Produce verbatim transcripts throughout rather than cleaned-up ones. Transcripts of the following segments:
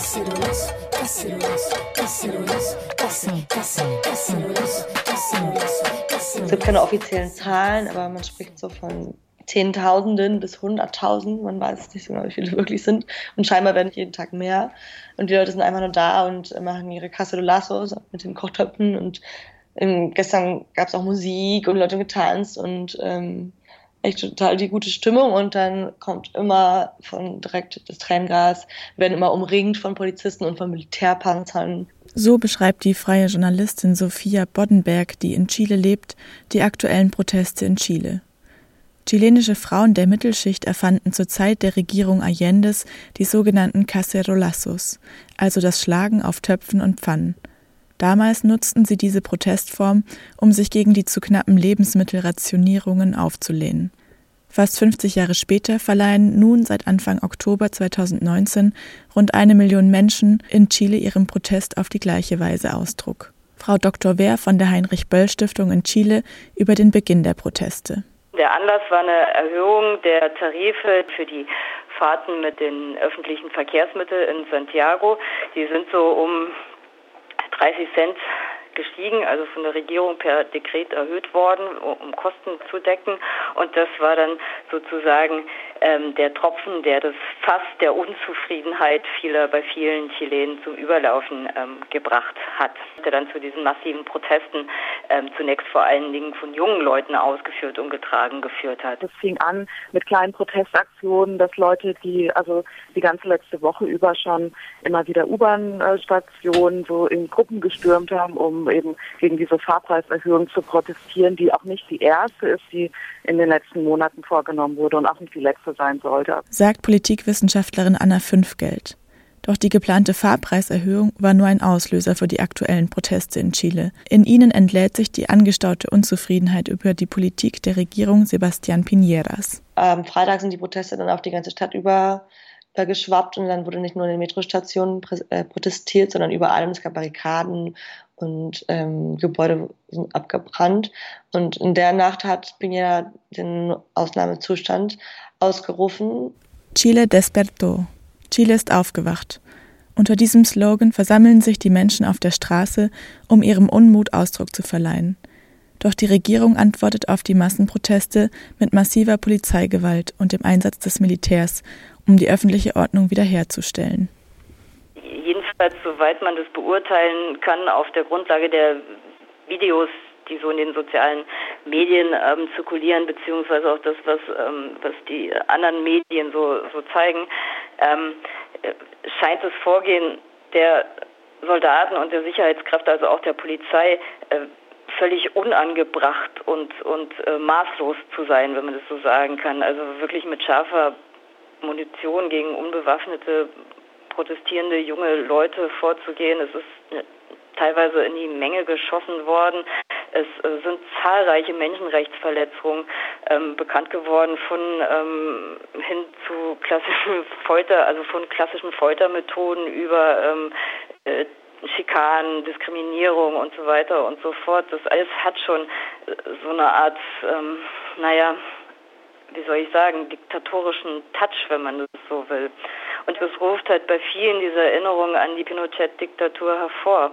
cacerolazo, cacerolazo, cacerolazo, cacer, cacer, cacerolazo, cacerolazo, cacerolazo. Es gibt keine offiziellen Zahlen, aber man spricht so von Zehntausenden bis Hunderttausend. Man weiß nicht so genau, wie viele wirklich sind. Und scheinbar werden jeden Tag mehr. Und die Leute sind einfach nur da und machen ihre cacerolazos mit den Kochtöpfen. Und ähm, gestern gab es auch Musik und Leute haben getanzt und ähm, echt total die gute Stimmung. Und dann kommt immer von direkt das Tränengas. Wir werden immer umringt von Polizisten und von Militärpanzern. So beschreibt die freie Journalistin Sophia Boddenberg, die in Chile lebt, die aktuellen Proteste in Chile. Chilenische Frauen der Mittelschicht erfanden zur Zeit der Regierung Allendes die sogenannten Cacerolazos, also das Schlagen auf Töpfen und Pfannen. Damals nutzten sie diese Protestform, um sich gegen die zu knappen Lebensmittelrationierungen aufzulehnen. Fast fünfzig Jahre später verleihen nun seit Anfang Oktober zweitausendneunzehn rund eine Million Menschen in Chile ihrem Protest auf die gleiche Weise Ausdruck. Frau Doktor Wehr von der Heinrich-Böll-Stiftung in Chile über den Beginn der Proteste. Der Anlass war eine Erhöhung der Tarife für die Fahrten mit den öffentlichen Verkehrsmitteln in Santiago. Die sind so um dreißig Cent gestiegen, also von der Regierung per Dekret erhöht worden, um Kosten zu decken. Und das war dann sozusagen ähm, der Tropfen, der das Fass der Unzufriedenheit vieler bei vielen Chilenen zum Überlaufen ähm, gebracht hat. Der dann zu diesen massiven Protesten ähm, zunächst vor allen Dingen von jungen Leuten ausgeführt und getragen geführt hat. Es fing an mit kleinen Protestaktionen, dass Leute, die also die ganze letzte Woche über schon immer wieder U-Bahn-Stationen so in Gruppen gestürmt haben, um eben gegen diese Fahrpreiserhöhung zu protestieren, die auch nicht die erste ist, die in den letzten Monaten vorgenommen wurde und auch nicht die letzte sein sollte. Sagt Politikwissenschaftlerin Anna Fünfgeld. Doch die geplante Fahrpreiserhöhung war nur ein Auslöser für die aktuellen Proteste in Chile. In ihnen entlädt sich die angestaute Unzufriedenheit über die Politik der Regierung Sebastián Piñeras. Am Freitag sind die Proteste dann auf die ganze Stadt über geschwappt und dann wurde nicht nur in den Metrostationen prä- äh, protestiert, sondern überall. Und es gab Barrikaden und ähm, Gebäude sind abgebrannt. Und in der Nacht hat Piñera den Ausnahmezustand ausgerufen. Chile despertó. Chile ist aufgewacht. Unter diesem Slogan versammeln sich die Menschen auf der Straße, um ihrem Unmut Ausdruck zu verleihen. Doch die Regierung antwortet auf die Massenproteste mit massiver Polizeigewalt und dem Einsatz des Militärs, um die öffentliche Ordnung wiederherzustellen. Jedenfalls, soweit man das beurteilen kann, auf der Grundlage der Videos, die so in den sozialen Medien ähm, zirkulieren, beziehungsweise auch das, was, ähm, was die anderen Medien so, so zeigen, ähm, scheint das Vorgehen der Soldaten und der Sicherheitskräfte, also auch der Polizei, äh, völlig unangebracht und, und äh, maßlos zu sein, wenn man das so sagen kann. Also wirklich mit scharfer Munition gegen unbewaffnete, protestierende junge Leute vorzugehen. Es ist teilweise in die Menge geschossen worden. Es äh, sind zahlreiche Menschenrechtsverletzungen ähm, bekannt geworden, von ähm, hin zu klassischen Folter, also von klassischen Foltermethoden über ähm, äh, Schikanen, Diskriminierung und so weiter und so fort. Das alles hat schon so eine Art, ähm, naja, wie soll ich sagen, diktatorischen Touch, wenn man das so will. Und das ruft halt bei vielen diese Erinnerung an die Pinochet-Diktatur hervor.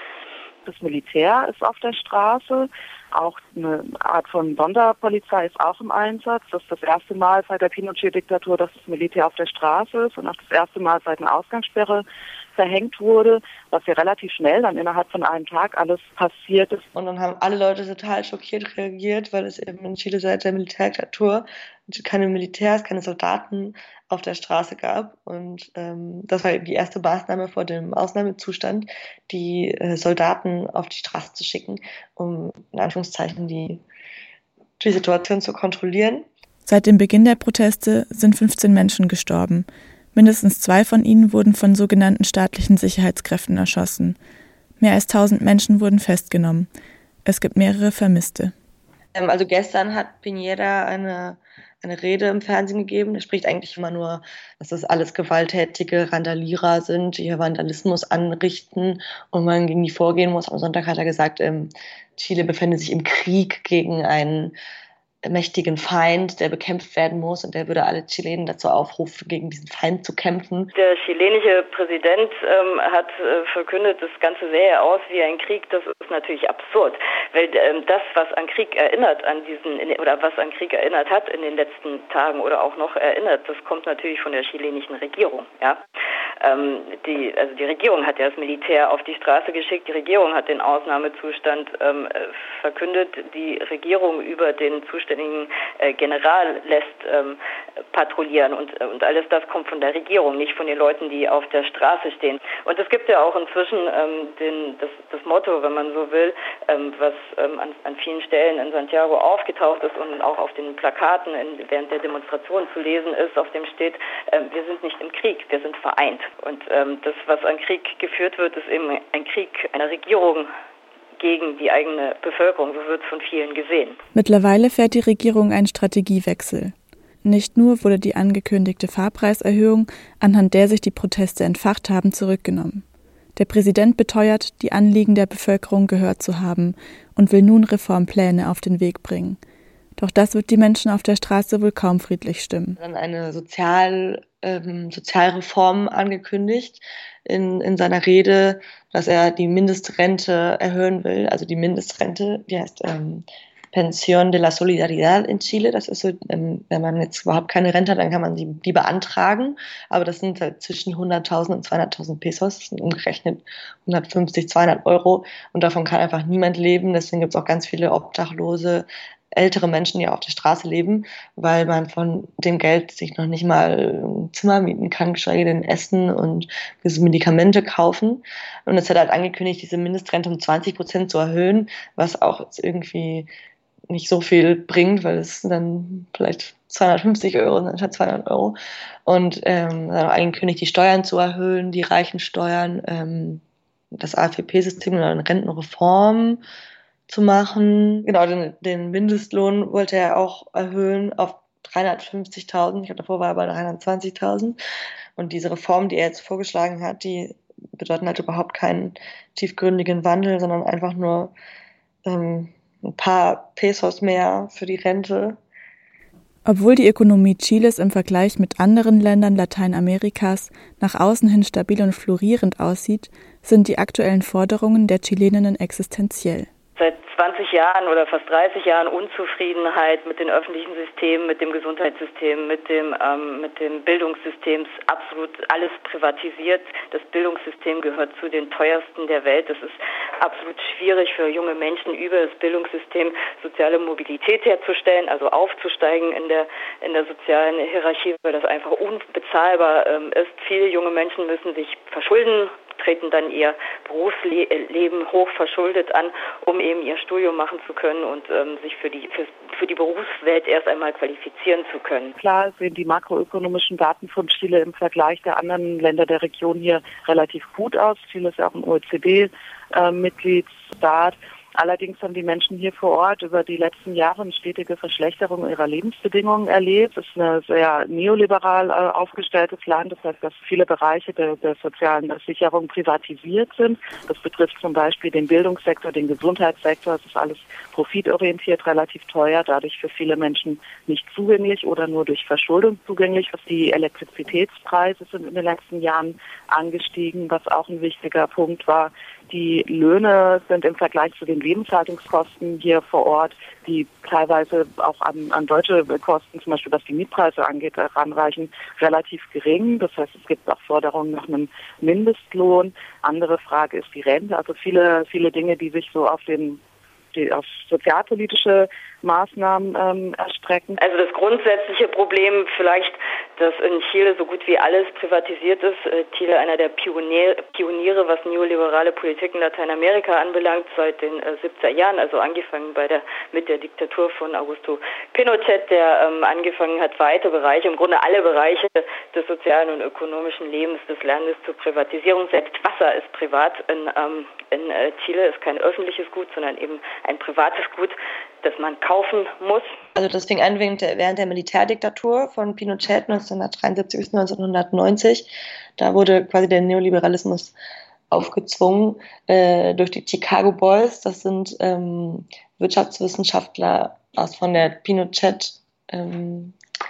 Das Militär ist auf der Straße, auch eine Art von Sonderpolizei ist auch im Einsatz. Das ist das erste Mal seit der Pinochet-Diktatur, dass das Militär auf der Straße ist und auch das erste Mal seit einer Ausgangssperre verhängt wurde, was ja relativ schnell dann innerhalb von einem Tag alles passiert ist. Und dann haben alle Leute total schockiert reagiert, weil es eben in Chile seit der Militärdiktatur keine Militärs, keine Soldaten auf der Straße gab. Und ähm, das war eben die erste Maßnahme vor dem Ausnahmezustand, die äh, Soldaten auf die Straße zu schicken, um in Anführungszeichen die, die Situation zu kontrollieren. Seit dem Beginn der Proteste sind fünfzehn Menschen gestorben. Mindestens zwei von ihnen wurden von sogenannten staatlichen Sicherheitskräften erschossen. Mehr als tausend Menschen wurden festgenommen. Es gibt mehrere Vermisste. Also gestern hat Piñera eine, eine Rede im Fernsehen gegeben. Er spricht eigentlich immer nur, dass das alles gewalttätige Randalierer sind, die hier Vandalismus anrichten und man gegen die vorgehen muss. Am Sonntag hat er gesagt, ähm, Chile befände sich im Krieg gegen einen mächtigen Feind, der bekämpft werden muss, und der würde alle Chilenen dazu aufrufen, gegen diesen Feind zu kämpfen. Der chilenische Präsident ähm, hat äh, verkündet, das Ganze sähe aus wie ein Krieg. Das ist natürlich absurd, weil ähm, das, was an Krieg erinnert, an diesen in, oder was an Krieg erinnert hat in den letzten Tagen oder auch noch erinnert, das kommt natürlich von der chilenischen Regierung. Ja, ähm, die also die Regierung hat ja das Militär auf die Straße geschickt. Die Regierung hat den Ausnahmezustand ähm, verkündet. Die Regierung über den Zustand Äh, General lässt ähm, patrouillieren und, äh, und alles das kommt von der Regierung, nicht von den Leuten, die auf der Straße stehen. Und es gibt ja auch inzwischen ähm, den, das, das Motto, wenn man so will, ähm, was ähm, an, an vielen Stellen in Santiago aufgetaucht ist und auch auf den Plakaten in, während der Demonstration zu lesen ist, auf dem steht, äh, wir sind nicht im Krieg, wir sind vereint. Und ähm, das, was an Krieg geführt wird, ist eben ein Krieg einer Regierung gegen die eigene Bevölkerung, so wird es von vielen gesehen. Mittlerweile fährt die Regierung einen Strategiewechsel. Nicht nur wurde die angekündigte Fahrpreiserhöhung, anhand der sich die Proteste entfacht haben, zurückgenommen. Der Präsident beteuert, die Anliegen der Bevölkerung gehört zu haben und will nun Reformpläne auf den Weg bringen. Doch das wird die Menschen auf der Straße wohl kaum friedlich stimmen. Dann eine Sozial, ähm, Sozialreform angekündigt in, in seiner Rede, dass er die Mindestrente erhöhen will. Also die Mindestrente, die heißt ähm, Pensión de la Solidaridad in Chile. Das ist so, ähm, wenn man jetzt überhaupt keine Rente hat, dann kann man die, die beantragen. Aber das sind halt zwischen hunderttausend und zweihunderttausend Pesos. Das sind umgerechnet hundertfünfzig, zweihundert Euro. Und davon kann einfach niemand leben. Deswegen gibt es auch ganz viele Obdachlose, ältere Menschen, die auf der Straße leben, weil man von dem Geld sich noch nicht mal ein Zimmer mieten kann, geschweige denn essen und Medikamente kaufen. Und es hat halt angekündigt, diese Mindestrente um zwanzig Prozent zu erhöhen, was auch jetzt irgendwie nicht so viel bringt, weil es dann vielleicht zweihundertfünfzig Euro sind anstatt zweihundert Euro. Und ähm, dann auch angekündigt, die Steuern zu erhöhen, die Reichensteuern, ähm, das A F P-System oder eine Rentenreform zu machen. Genau, den, den Mindestlohn wollte er auch erhöhen auf dreihundertfünfzigtausend. Ich glaube, davor war er bei dreihundertzwanzigtausend. Und diese Reformen, die er jetzt vorgeschlagen hat, die bedeuten halt überhaupt keinen tiefgründigen Wandel, sondern einfach nur ähm, ein paar Pesos mehr für die Rente. Obwohl die Ökonomie Chiles im Vergleich mit anderen Ländern Lateinamerikas nach außen hin stabil und florierend aussieht, sind die aktuellen Forderungen der Chileninnen existenziell. Seit zwanzig Jahren oder fast dreißig Jahren Unzufriedenheit mit den öffentlichen Systemen, mit dem Gesundheitssystem, mit dem ähm, mit dem Bildungssystem, absolut alles privatisiert. Das Bildungssystem gehört zu den teuersten der Welt. Es ist absolut schwierig für junge Menschen, über das Bildungssystem soziale Mobilität herzustellen, also aufzusteigen in der in der sozialen Hierarchie, weil das einfach unbezahlbar ähm, ist. Viele junge Menschen müssen sich verschulden, treten dann ihr Berufsleben hoch verschuldet an, um eben ihr Studium machen zu können und ähm, sich für die für, für die Berufswelt erst einmal qualifizieren zu können. Klar sehen die makroökonomischen Daten von Chile im Vergleich der anderen Länder der Region hier relativ gut aus. Chile ist ja auch ein O E C D-Mitgliedsstaat. Allerdings haben die Menschen hier vor Ort über die letzten Jahre eine stetige Verschlechterung ihrer Lebensbedingungen erlebt. Es ist ein sehr neoliberal äh, aufgestelltes Land. Das heißt, dass viele Bereiche der, der sozialen Sicherung privatisiert sind. Das betrifft zum Beispiel den Bildungssektor, den Gesundheitssektor. Es ist alles profitorientiert, relativ teuer, dadurch für viele Menschen nicht zugänglich oder nur durch Verschuldung zugänglich. Die Elektrizitätspreise sind in den letzten Jahren angestiegen, was auch ein wichtiger Punkt war. Die Löhne sind im Vergleich zu den Lebenshaltungskosten hier vor Ort, die teilweise auch an, an deutsche Kosten, zum Beispiel was die Mietpreise angeht, heranreichen, relativ gering. Das heißt, es gibt auch Forderungen nach einem Mindestlohn. Andere Frage ist die Rente. Also viele, viele Dinge, die sich so auf den die auf sozialpolitische Maßnahmen ähm, erstrecken. Also das grundsätzliche Problem vielleicht, dass in Chile so gut wie alles privatisiert ist. Äh, Chile einer der Pionier, Pioniere, was neoliberale Politik in Lateinamerika anbelangt, seit den äh, siebziger Jahren, also angefangen bei der mit der Diktatur von Augusto Pinochet, der ähm, angefangen hat, weite Bereiche, im Grunde alle Bereiche des sozialen und ökonomischen Lebens des Landes zur Privatisierung. Selbst Wasser ist privat. In, ähm, in äh, Chile ist kein öffentliches Gut, sondern eben ein privates Gut, das man kaufen muss. Also das fing an während der, während der Militärdiktatur von Pinochet neunzehnhundertdreiundsiebzig bis neunzehnhundertneunzig. Da wurde quasi der Neoliberalismus aufgezwungen äh, durch die Chicago Boys. Das sind ähm, Wirtschaftswissenschaftler aus von der Pinochet ähm,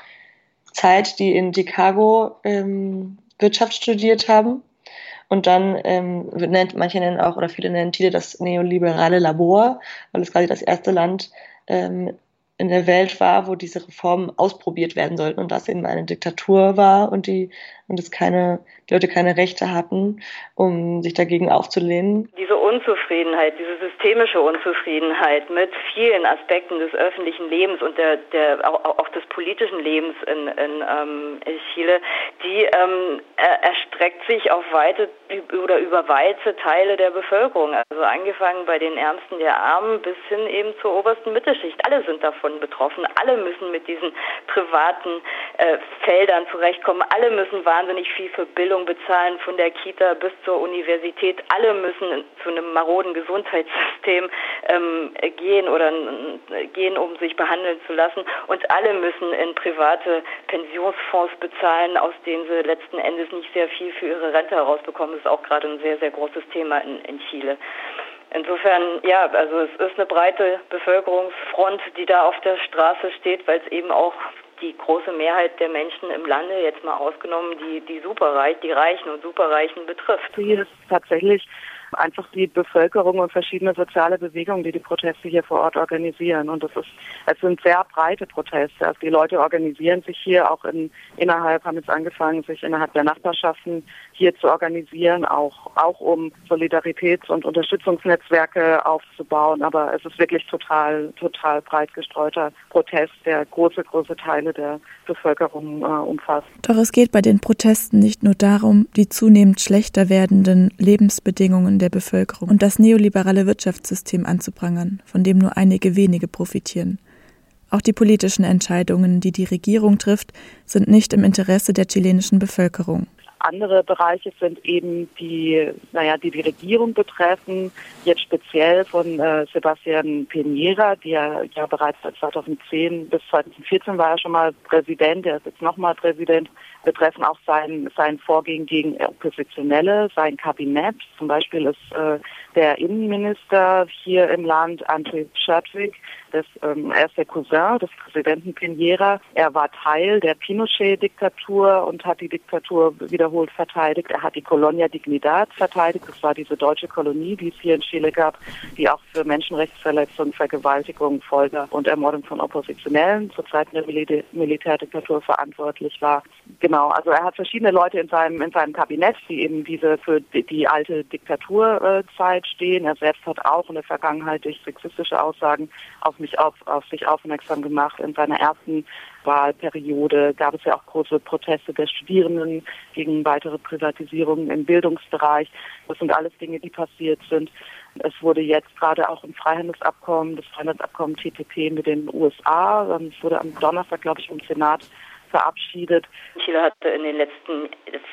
Zeit, die in Chicago ähm, Wirtschaft studiert haben. Und dann ähm, nennt manche nennen auch, oder viele nennen Chile das neoliberale Labor, weil es quasi das erste Land ähm, in der Welt war, wo diese Reformen ausprobiert werden sollten und das eben eine Diktatur war und die und es keine, die Leute keine Rechte hatten, um sich dagegen aufzulehnen. Diese Unzufriedenheit, diese systemische Unzufriedenheit mit vielen Aspekten des öffentlichen Lebens und der, der auch, auch des politischen Lebens in, in, ähm, in Chile, die ähm, erstreckt sich auf weite oder über weite Teile der Bevölkerung. Also angefangen bei den Ärmsten der Armen bis hin eben zur obersten Mittelschicht. Alle sind davon betroffen. Alle müssen mit diesen privaten äh, Feldern zurechtkommen. Alle müssen wahnsinnig viel für Bildung bezahlen, von der Kita bis zur Universität. Alle müssen zu einem maroden Gesundheitssystem ähm, gehen oder äh, gehen, um sich behandeln zu lassen. Und alle müssen in private Pensionsfonds bezahlen, aus denen sie letzten Endes nicht sehr viel für ihre Rente herausbekommen. Das ist auch gerade ein sehr, sehr großes Thema in, in Chile. Insofern, ja, also es ist eine breite Bevölkerungsfront, die da auf der Straße steht, weil es eben auch die große Mehrheit der Menschen im Lande, jetzt mal ausgenommen, die, die Superreich, die Reichen und Superreichen betrifft. Hier ist tatsächlich einfach die Bevölkerung und verschiedene soziale Bewegungen, die die Proteste hier vor Ort organisieren. Und das ist, es sind sehr breite Proteste. Also die Leute organisieren sich hier auch in, innerhalb, haben jetzt angefangen, sich innerhalb der Nachbarschaften hier zu organisieren, auch, auch um Solidaritäts- und Unterstützungsnetzwerke aufzubauen. Aber es ist wirklich total, total breit gestreuter Protest, der große, große Teile der Bevölkerung äh, umfasst. Doch es geht bei den Protesten nicht nur darum, die zunehmend schlechter werdenden Lebensbedingungen der Bevölkerung und das neoliberale Wirtschaftssystem anzuprangern, von dem nur einige wenige profitieren. Auch die politischen Entscheidungen, die die Regierung trifft, sind nicht im Interesse der chilenischen Bevölkerung. Andere Bereiche sind eben die, naja, die die Regierung betreffen, jetzt speziell von äh, Sebastián Piñera, der ja bereits seit zweitausendzehn bis zweitausendvierzehn war er schon mal Präsident, er ist jetzt nochmal Präsident, betreffen auch sein, sein Vorgehen gegen Oppositionelle, sein Kabinett. Zum Beispiel ist äh, der Innenminister hier im Land, André Chadwick, das, ähm, er ist der Cousin des Präsidenten Piñera. Er war Teil der Pinochet-Diktatur und hat die Diktatur wiederholt verteidigt. Er hat die Colonia Dignidad verteidigt. Das war diese deutsche Kolonie, die es hier in Chile gab, die auch für Menschenrechtsverletzungen, Vergewaltigung, Folter und Ermordung von Oppositionellen zur Zeit der Mil- Militärdiktatur verantwortlich war. Genau, also er hat verschiedene Leute in seinem in seinem Kabinett, die eben diese für die, die alte Diktaturzeit stehen. Er selbst hat auch in der Vergangenheit durch sexistische Aussagen auf mich auf, auf sich aufmerksam gemacht. In seiner ersten Wahlperiode gab es ja auch große Proteste der Studierenden gegen weitere Privatisierungen im Bildungsbereich. Das sind alles Dinge, die passiert sind. Es wurde jetzt gerade auch im Freihandelsabkommen, das Freihandelsabkommen T P P mit den U S A, es wurde am Donnerstag, glaube ich, im Senat verabschiedet. Chile hatte in den letzten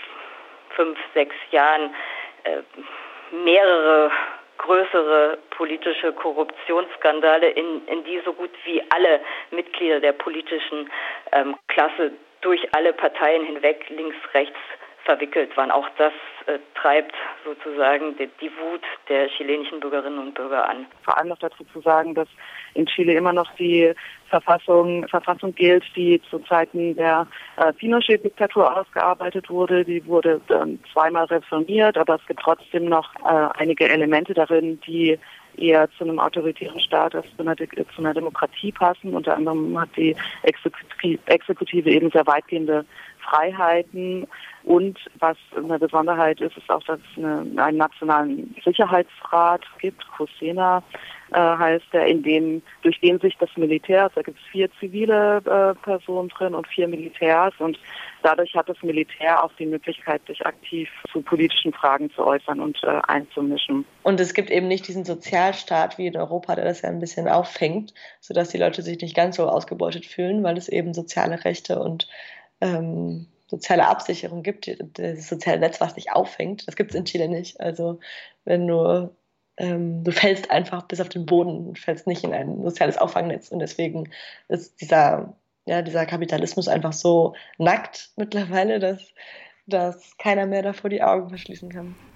fünf, sechs Jahren äh, mehrere größere politische Korruptionsskandale, in, in die so gut wie alle Mitglieder der politischen ähm, Klasse durch alle Parteien hinweg, links, rechts, verwickelt waren. Auch das äh, treibt sozusagen die, die Wut der chilenischen Bürgerinnen und Bürger an. Vor allem noch dazu zu sagen, dass in Chile immer noch die Verfassung, Verfassung gilt, die zu Zeiten der äh, Pinochet-Diktatur ausgearbeitet wurde. Die wurde dann zweimal reformiert, aber es gibt trotzdem noch äh, einige Elemente darin, die eher zu einem autoritären Staat als zu einer, zu einer Demokratie passen. Unter anderem hat die Exekutive, Exekutive eben sehr weitgehende Freiheiten. Und was eine Besonderheit ist, ist auch, dass es eine, einen nationalen Sicherheitsrat gibt, COSENA äh, heißt der, in dem, durch den sich das Militär, also da gibt es vier zivile äh, Personen drin und vier Militärs, und dadurch hat das Militär auch die Möglichkeit, sich aktiv zu politischen Fragen zu äußern und äh, einzumischen. Und es gibt eben nicht diesen Sozialstaat wie in Europa, der das ja ein bisschen auffängt, sodass die Leute sich nicht ganz so ausgebeutet fühlen, weil es eben soziale Rechte und ähm, soziale Absicherung gibt, das soziale Netz, was dich auffängt. Das gibt es in Chile nicht. Also wenn du, ähm, du fällst einfach bis auf den Boden und fällst nicht in ein soziales Auffangnetz. Und deswegen ist dieser, ja, dieser Kapitalismus einfach so nackt mittlerweile, dass, dass keiner mehr davor die Augen verschließen kann.